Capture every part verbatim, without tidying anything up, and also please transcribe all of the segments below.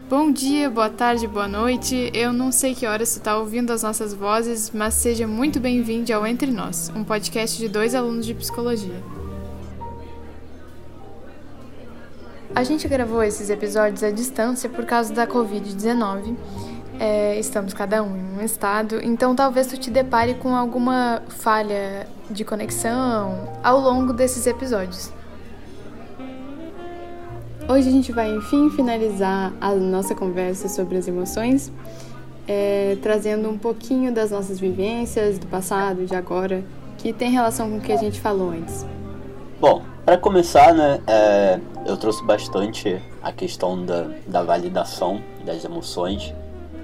Bom dia, boa tarde, boa noite. Eu não sei que horas você está ouvindo as nossas vozes, mas seja muito bem-vindo ao Entre Nós, um podcast de dois alunos de psicologia. A gente gravou esses episódios à distância por causa da covid dezenove. É, estamos cada um em um estado, então talvez tu te depare com alguma falha de conexão ao longo desses episódios. Hoje a gente vai, enfim, finalizar a nossa conversa sobre as emoções, é, trazendo um pouquinho das nossas vivências, do passado, de agora, que tem relação com o que a gente falou antes. Bom, para começar, né, é, eu trouxe bastante a questão da, da validação das emoções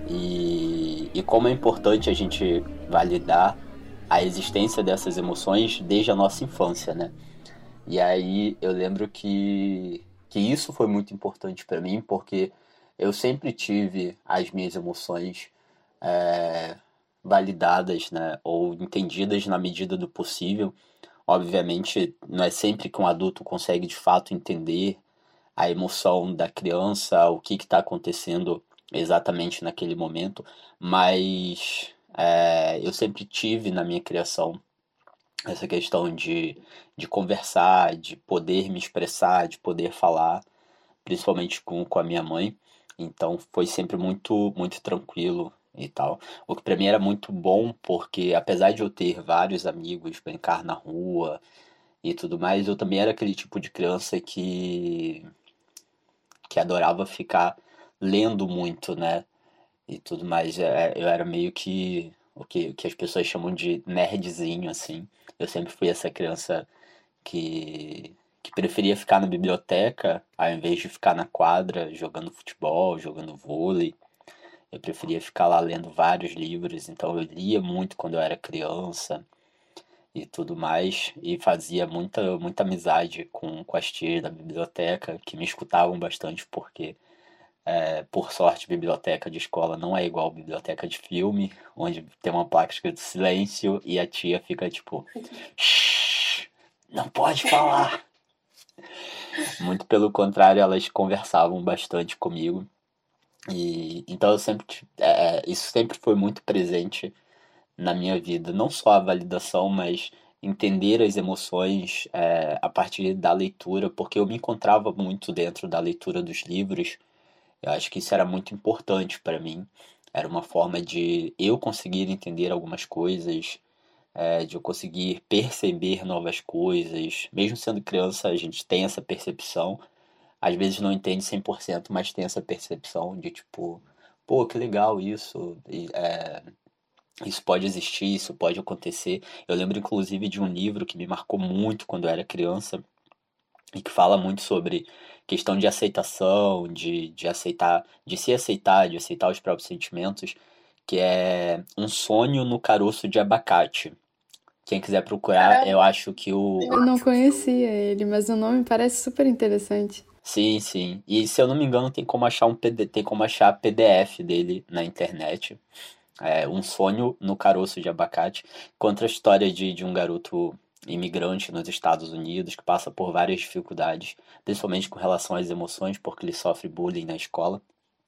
e, e como é importante a gente validar a existência dessas emoções desde a nossa infância, né? E aí eu lembro que, que isso foi muito importante para mim, porque eu sempre tive as minhas emoções é, validadas, né, ou entendidas na medida do possível. Obviamente, não é sempre que um adulto consegue de fato entender a emoção da criança, o que está acontecendo exatamente naquele momento, mas é, eu sempre tive na minha criação essa questão de, de conversar, de poder me expressar, de poder falar, principalmente com, com a minha mãe. Então foi sempre muito, muito tranquilo e tal. O que para mim era muito bom, porque apesar de eu ter vários amigos, brincar na rua e tudo mais, eu também era aquele tipo de criança que, que adorava ficar lendo muito, né? E tudo mais. É, Eu era meio que o que, o que as pessoas chamam de nerdzinho, assim. Eu sempre fui essa criança que, que preferia ficar na biblioteca ao invés de ficar na quadra jogando futebol, jogando vôlei. Eu preferia ficar lá lendo vários livros, então eu lia muito quando eu era criança e tudo mais, e fazia muita, muita amizade com, com as tias da biblioteca, que me escutavam bastante, porque, é, por sorte, biblioteca de escola não é igual biblioteca de filme, onde tem uma placa escrito silêncio e a tia fica tipo, shh, não pode falar. Muito pelo contrário, elas conversavam bastante comigo. E então eu sempre é, isso sempre foi muito presente na minha vida, não só a validação, mas entender as emoções é, a partir da leitura, porque eu me encontrava muito dentro da leitura dos livros. Eu acho que isso era muito importante para mim. Era uma forma de eu conseguir entender algumas coisas, é, de eu conseguir perceber novas coisas. Mesmo sendo criança, a gente tem essa percepção. Às vezes não entende cem por cento, mas tem essa percepção de tipo, pô, que legal isso. E, é, isso pode existir, isso pode acontecer. Eu lembro inclusive de um livro que me marcou muito quando eu era criança e que fala muito sobre questão de aceitação, de, de aceitar, de se aceitar, de aceitar os próprios sentimentos, que é Um Sonho no Caroço de Abacate. Quem quiser procurar, eu acho que o. Eu não conhecia ele, mas o nome parece super interessante. Sim, sim. E se eu não me engano, tem como achar um P D, tem como achar P D F dele na internet. É Um Sonho no Caroço de Abacate, conta a história de, de um garoto imigrante nos Estados Unidos que passa por várias dificuldades, principalmente com relação às emoções, porque ele sofre bullying na escola.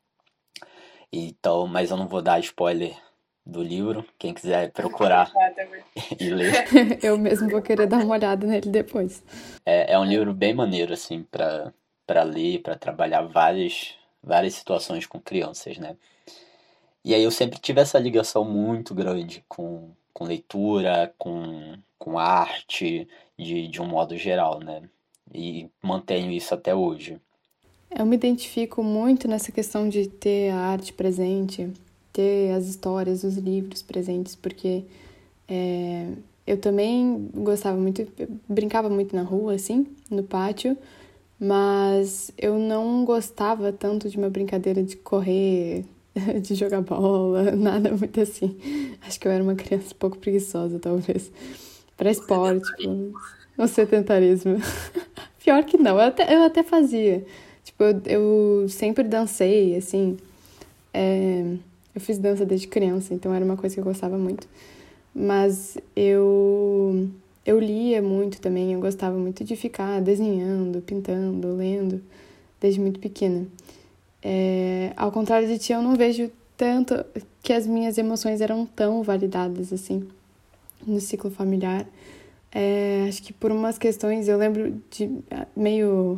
Então, mas eu não vou dar spoiler do livro. Quem quiser procurar e ler. Eu mesmo vou querer dar uma olhada nele depois. É, é um livro bem maneiro, assim, para para ler, para trabalhar várias, várias situações com crianças, né? E aí eu sempre tive essa ligação muito grande com, com leitura, com, com arte, de, de um modo geral, né? E mantenho isso até hoje. Eu me identifico muito nessa questão de ter a arte presente, ter as histórias, os livros presentes, porque é, eu também gostava muito, eu brincava muito na rua, assim, no pátio, mas eu não gostava tanto de uma brincadeira de correr, de jogar bola, nada muito assim. Acho que eu era uma criança um pouco preguiçosa, talvez, para esporte, tipo, o sedentarismo. Pior que não, eu até, eu até fazia. Tipo, eu, eu sempre dancei, assim. É, eu fiz dança desde criança, então era uma coisa que eu gostava muito. Mas eu, eu lia muito também, eu gostava muito de ficar desenhando, pintando, lendo, desde muito pequena. É, ao contrário de ti, eu não vejo tanto que as minhas emoções eram tão validadas, assim, no ciclo familiar. É, acho que por umas questões, eu lembro de meio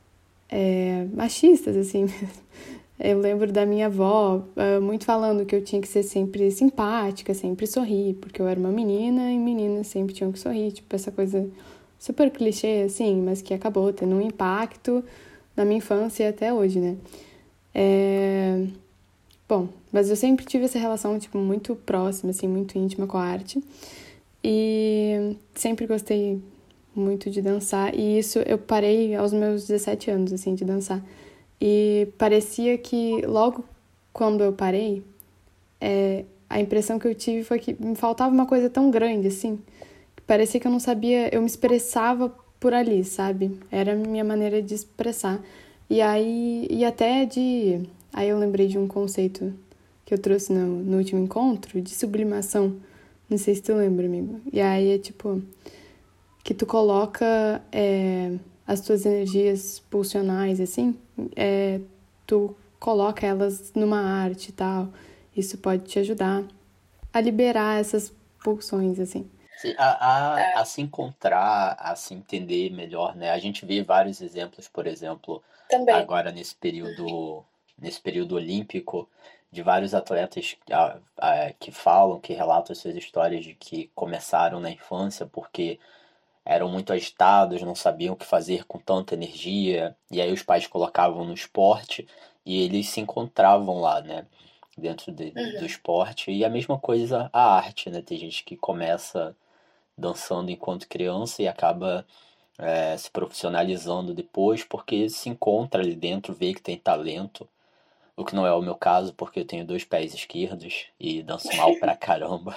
é, machistas, assim. Eu lembro da minha avó uh, muito falando que eu tinha que ser sempre simpática, sempre sorrir, porque eu era uma menina e meninas sempre tinham que sorrir. Tipo, essa coisa super clichê, assim, mas que acabou tendo um impacto na minha infância e até hoje, né? É... Bom, mas eu sempre tive essa relação, tipo, muito próxima, assim, muito íntima com a arte. E sempre gostei muito de dançar. E isso eu parei aos meus dezessete anos, assim, de dançar. E parecia que logo quando eu parei, é, a impressão que eu tive foi que me faltava uma coisa tão grande, assim. Que parecia que eu não sabia, eu me expressava por ali, sabe? Era a minha maneira de expressar. E aí, e até de... Aí eu lembrei de um conceito que eu trouxe no, no último encontro, de sublimação. Não sei se tu lembra, amigo. E aí é tipo... Que tu coloca é, as tuas energias pulsionais, assim... É, tu coloca elas numa arte e tal. Isso pode te ajudar a liberar essas pulsões, assim. Sim, a, a, a se encontrar, a se entender melhor, né? A gente vê vários exemplos, por exemplo, Também. agora nesse período, nesse período olímpico, de vários atletas a, a, que falam, que relatam suas histórias de que começaram na infância porque eram muito agitados, não sabiam o que fazer com tanta energia, e aí os pais colocavam no esporte e eles se encontravam lá, né? Dentro de, Uhum. do esporte. E a mesma coisa a arte, né? Tem gente que começa dançando enquanto criança e acaba é, se profissionalizando depois porque se encontra ali dentro, vê que tem talento. O que não é o meu caso, porque eu tenho dois pés esquerdos e danço mal pra caramba.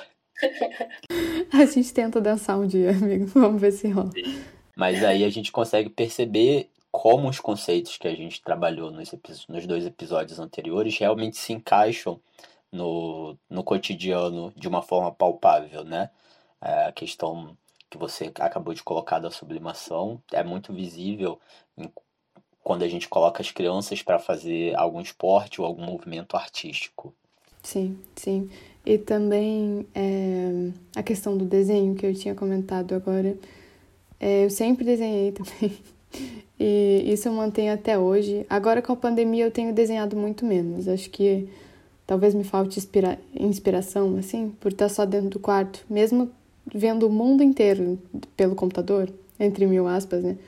A gente tenta dançar um dia, amigo. Vamos ver se rola. Mas aí a gente consegue perceber como os conceitos que a gente trabalhou nos, nos dois episódios anteriores realmente se encaixam no, no cotidiano de uma forma palpável, né? É, a questão que você acabou de colocar da sublimação é muito visível em, quando a gente coloca as crianças para fazer algum esporte ou algum movimento artístico. Sim, sim. E também é, a questão do desenho que eu tinha comentado agora. É, eu sempre desenhei também. E isso eu mantenho até hoje. Agora com a pandemia eu tenho desenhado muito menos. Acho que talvez me falte inspira- inspiração, assim, por estar só dentro do quarto. Mesmo vendo o mundo inteiro pelo computador, entre mil aspas, né?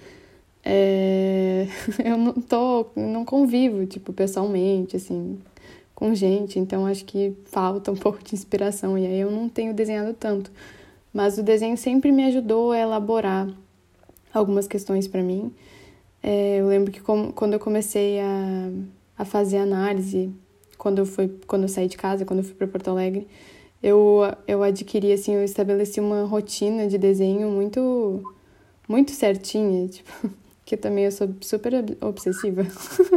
É... eu não tô, não convivo, tipo, pessoalmente, assim, com gente. Então acho que falta um pouco de inspiração. E aí eu não tenho desenhado tanto. Mas o desenho sempre me ajudou a elaborar algumas questões para mim. É, eu lembro que com, quando eu comecei a, a fazer análise, quando eu, fui, quando eu saí de casa, quando eu fui para Porto Alegre, eu, eu adquiri, assim, eu estabeleci uma rotina de desenho muito, muito certinha, tipo, que também eu sou super obsessiva.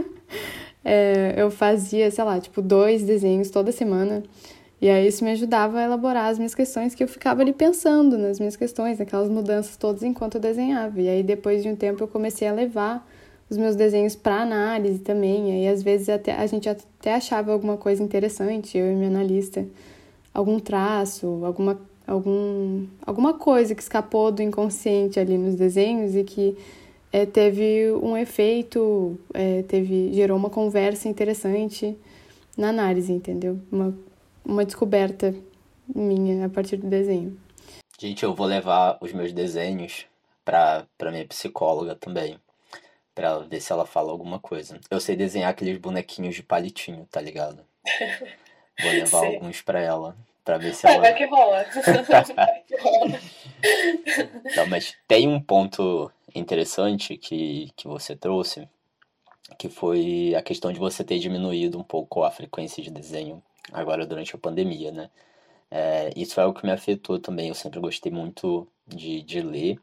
É, eu fazia, sei lá, tipo, dois desenhos toda semana. E aí isso me ajudava a elaborar as minhas questões, que eu ficava ali pensando nas minhas questões, naquelas mudanças todas enquanto eu desenhava. E aí depois de um tempo eu comecei a levar os meus desenhos para análise também. E aí às vezes até, a gente até achava alguma coisa interessante, eu e minha analista, algum traço, alguma, algum, alguma coisa que escapou do inconsciente ali nos desenhos e que é, teve um efeito, é, teve, gerou uma conversa interessante na análise, entendeu? Uma uma descoberta minha a partir do desenho. Gente, eu vou levar os meus desenhos pra, pra minha psicóloga também, pra ver se ela fala alguma coisa. Eu sei desenhar aqueles bonequinhos de palitinho, tá ligado? Vou levar Sim. alguns pra ela, pra ver se Vai, ela... vai que rola. Vai que rola. Não, mas tem um ponto interessante que, que você trouxe, que foi a questão de você ter diminuído um pouco a frequência de desenho agora durante a pandemia, né? É, isso é o que me afetou também. Eu sempre gostei muito de, de ler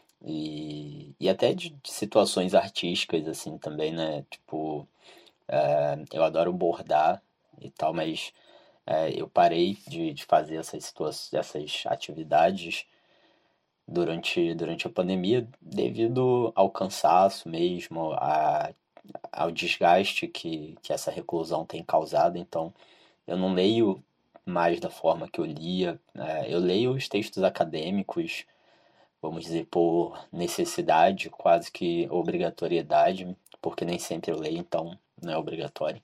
e, e até de, de situações artísticas, assim, também, né? Tipo, é, eu adoro bordar e tal, mas é, eu parei de, de fazer essas, situações, essas atividades durante, durante a pandemia devido ao cansaço mesmo, a, ao desgaste que, que essa reclusão tem causado. Então, eu não leio mais da forma que eu lia. Né? Eu leio os textos acadêmicos, vamos dizer, por necessidade, quase que obrigatoriedade, porque nem sempre eu leio, então não é obrigatório.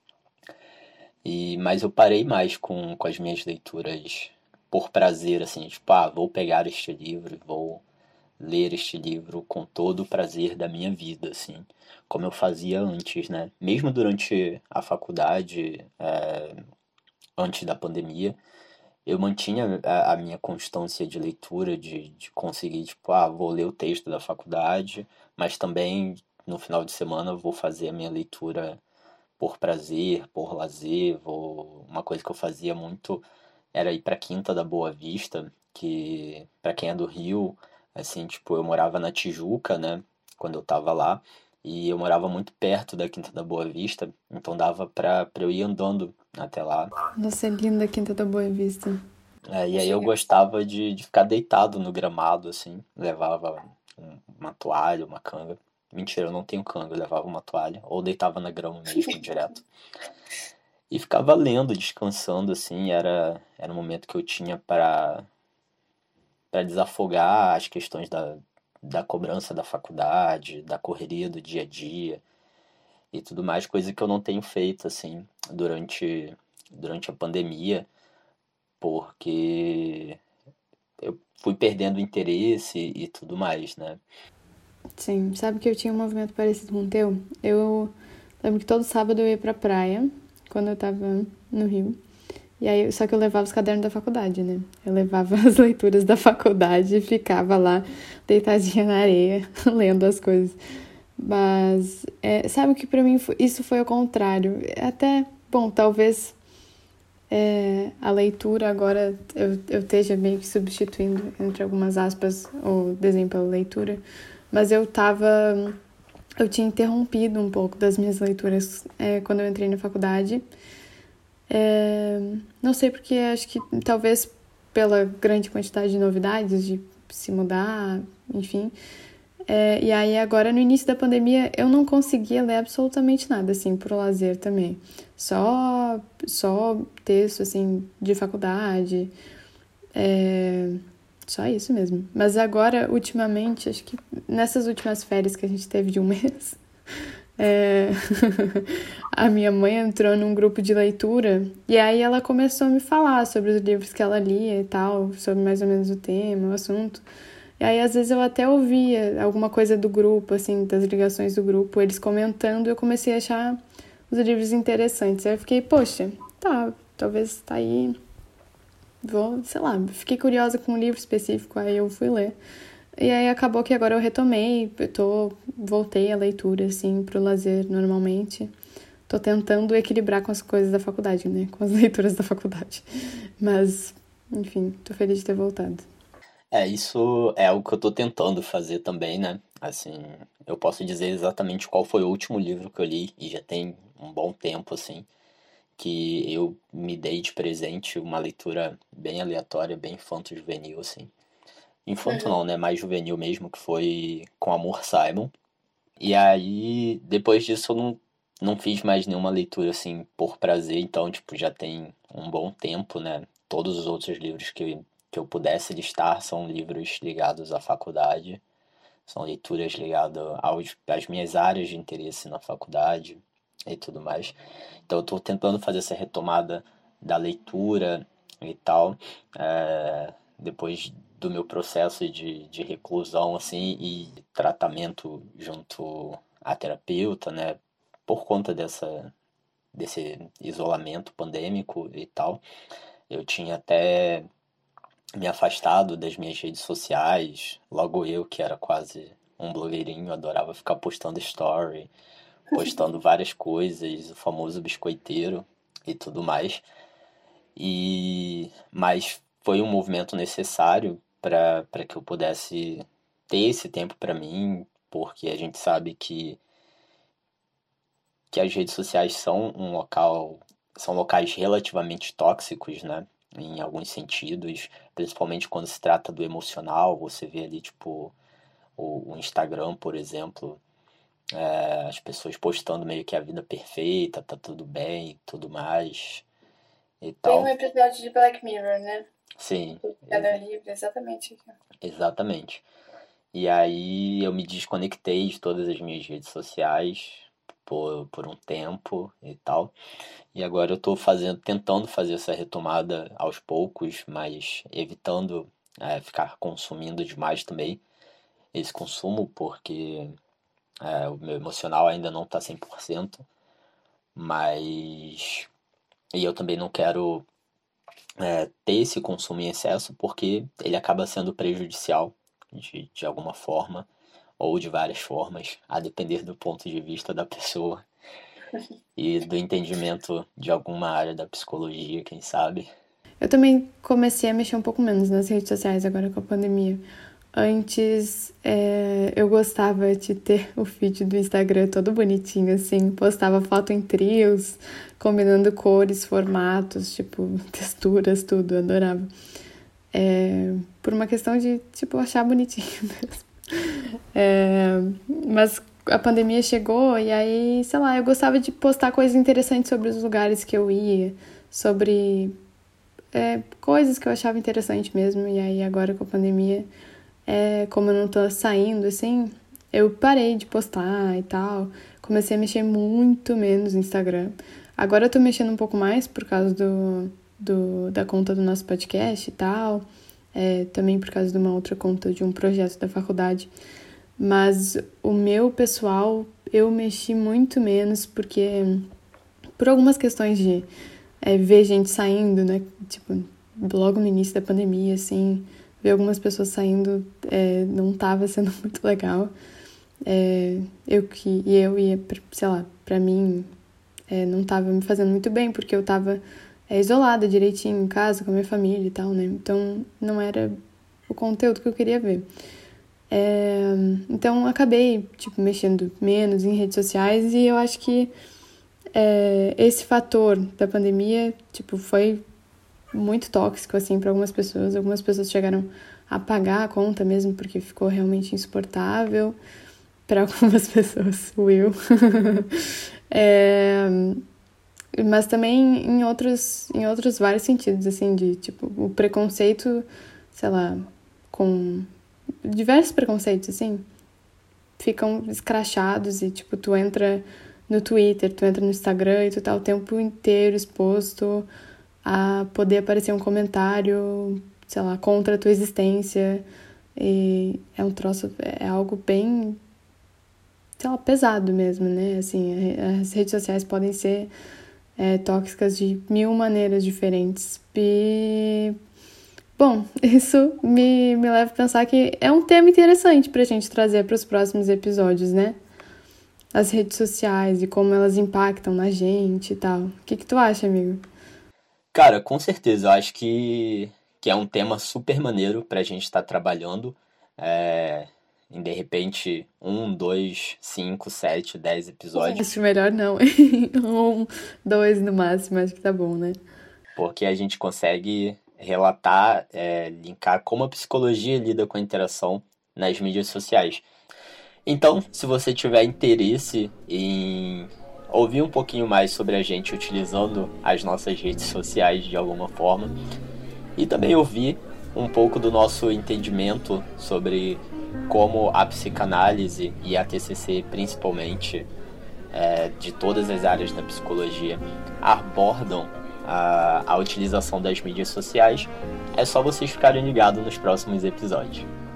E, mas eu parei mais com, com as minhas leituras por prazer, assim, tipo, ah, vou pegar este livro, vou ler este livro com todo o prazer da minha vida, assim, como eu fazia antes, né? Mesmo durante a faculdade, é, antes da pandemia, eu mantinha a, a minha constância de leitura, de, de conseguir, tipo, ah, vou ler o texto da faculdade, mas também no final de semana eu vou fazer a minha leitura por prazer, por lazer. Vou... Uma coisa que eu fazia muito era ir pra Quinta da Boa Vista, que pra quem é do Rio, assim, tipo, eu morava na Tijuca, né, quando eu tava lá, e eu morava muito perto da Quinta da Boa Vista, então dava pra, pra eu ir andando até lá. Nossa, é linda a Quinta da Boa Vista. É, e aí eu gostava de, de ficar deitado no gramado, assim, levava um- uma toalha, uma canga. Mentira, eu não tenho canga, eu levava uma toalha, ou deitava na grama mesmo, direto. E ficava lendo, descansando, assim, era, era um momento que eu tinha para para desafogar as questões da, da cobrança da faculdade, da correria do dia a dia e tudo mais, coisa que eu não tenho feito, assim, durante, durante a pandemia, porque eu fui perdendo interesse e tudo mais, né? Sim, sabe que eu tinha um movimento parecido com o teu? Eu lembro que todo sábado eu ia pra praia, quando eu tava no Rio. E aí, só que eu levava os cadernos da faculdade, né? Eu levava as leituras da faculdade e ficava lá, deitadinha na areia, lendo as coisas. Mas, é, sabe que pra mim foi- isso foi ao contrário. Até, bom, talvez é, a leitura agora eu, eu esteja meio que substituindo, entre algumas aspas, o desenho pela leitura. Mas eu tava. Eu tinha interrompido um pouco das minhas leituras é, quando eu entrei na faculdade. É, não sei porque acho que talvez pela grande quantidade de novidades, de se mudar, enfim. É, e aí agora no início da pandemia eu não conseguia ler absolutamente nada, assim, por lazer também. Só, só texto, assim, de faculdade. É, só isso mesmo. Mas agora, ultimamente, acho que nessas últimas férias que a gente teve de um mês, é, a minha mãe entrou num grupo de leitura e aí ela começou a me falar sobre os livros que ela lia e tal, sobre mais ou menos o tema, o assunto. E aí, às vezes, eu até ouvia alguma coisa do grupo, assim, das ligações do grupo, eles comentando, e eu comecei a achar os livros interessantes. Aí eu fiquei, poxa, tá, talvez tá aí, vou, sei lá, fiquei curiosa com um livro específico, aí eu fui ler. E aí acabou que agora eu retomei, eu tô, voltei à leitura, assim, pro lazer normalmente. Tô tentando equilibrar com as coisas da faculdade, né? Com as leituras da faculdade. Mas, enfim, tô feliz de ter voltado. É, isso é algo que eu tô tentando fazer também, né? Assim, eu posso dizer exatamente qual foi o último livro que eu li, e já tem um bom tempo, assim, que eu me dei de presente uma leitura bem aleatória, bem infanto-juvenil, assim. Infanto Uhum. não, né? Mais juvenil mesmo, que foi Com Amor, Simon. E aí, depois disso, eu não, não fiz mais nenhuma leitura, assim, por prazer. Então, tipo, já tem um bom tempo, né? Todos os outros livros que, eu- que eu pudesse listar são livros ligados à faculdade. São leituras ligadas aos, às minhas áreas de interesse na faculdade e tudo mais. Então, eu tô tentando fazer essa retomada da leitura e tal, é, depois do meu processo de, de reclusão, assim, e tratamento junto à terapeuta, né, por conta dessa, desse isolamento pandêmico e tal. Eu tinha até me afastado das minhas redes sociais, logo eu que era quase um blogueirinho, adorava ficar postando story, postando várias coisas, o famoso biscoiteiro e tudo mais. E mas foi um movimento necessário para para que eu pudesse ter esse tempo para mim, porque a gente sabe que que as redes sociais são um local são locais relativamente tóxicos, né? Em alguns sentidos, principalmente quando se trata do emocional, você vê ali tipo o, o Instagram, por exemplo, é, as pessoas postando meio que a vida perfeita, tá tudo bem, tudo mais e Tem tal. um episódio de Black Mirror, né? Sim, Queda livre, exatamente. exatamente. E aí eu me desconectei de todas as minhas redes sociais por, por um tempo e tal. E agora eu tô fazendo, tentando fazer essa retomada aos poucos, mas evitando é, ficar consumindo demais também esse consumo, porque é, o meu emocional ainda não tá cem por cento, mas... E eu também não quero é, ter esse consumo em excesso, porque ele acaba sendo prejudicial de, de alguma forma, ou de várias formas, a depender do ponto de vista da pessoa e do entendimento de alguma área da psicologia, quem sabe. Eu também comecei a mexer um pouco menos nas redes sociais agora com a pandemia. Antes, é, eu gostava de ter o feed do Instagram todo bonitinho, assim. Postava foto em trios, combinando cores, formatos, tipo, texturas, tudo. Adorava. É, por uma questão de, tipo, achar bonitinho mesmo. É, mas a pandemia chegou e aí, sei lá, eu gostava de postar coisas interessantes sobre os lugares que eu ia, sobre é, coisas que eu achava interessante mesmo. E aí, agora com a pandemia, é, como eu não tô saindo, assim, eu parei de postar e tal. Comecei a mexer muito menos no Instagram. Agora eu tô mexendo um pouco mais por causa do, do, da conta do nosso podcast e tal. É, também por causa de uma outra conta de um projeto da faculdade. Mas o meu pessoal, eu mexi muito menos porque... Por algumas questões de é, ver gente saindo, né? Tipo, logo no início da pandemia, assim... Ver algumas pessoas saindo é, não tava sendo muito legal. É, eu que e eu ia, sei lá, pra mim é, não tava me fazendo muito bem, porque eu tava é, isolada direitinho em casa, com a minha família e tal, né? Então não era o conteúdo que eu queria ver. É, então acabei, tipo, mexendo menos em redes sociais e eu acho que é, esse fator da pandemia, tipo, foi muito tóxico, assim, para algumas pessoas. Algumas pessoas chegaram a pagar a conta mesmo, porque ficou realmente insuportável. Para algumas pessoas, Will. é, mas também em outros, em outros vários sentidos, assim, de, tipo, o preconceito, sei lá, com diversos preconceitos, assim, ficam escrachados e, tipo, tu entra no Twitter, tu entra no Instagram e tu tá o tempo inteiro exposto a poder aparecer um comentário, sei lá, contra a tua existência. E é um troço, é algo bem, sei lá, pesado mesmo, né? Assim, as redes sociais podem ser é, tóxicas de mil maneiras diferentes. E, bom, isso me, me leva a pensar que é um tema interessante pra gente trazer para os próximos episódios, né? As redes sociais e como elas impactam na gente e tal. O que que tu acha, amigo? Cara, com certeza, eu acho que, que é um tema super maneiro pra gente estar trabalhando é, em, de repente, um, dois, cinco, sete, dez episódios. Acho melhor não. Um, dois no máximo, acho que tá bom, né? Porque a gente consegue relatar, é, linkar como a psicologia lida com a interação nas mídias sociais. Então, se você tiver interesse em ouvir um pouquinho mais sobre a gente utilizando as nossas redes sociais de alguma forma e também ouvir um pouco do nosso entendimento sobre como a psicanálise e a T C C, principalmente, é, de todas as áreas da psicologia, abordam a, a utilização das mídias sociais, é só vocês ficarem ligados nos próximos episódios.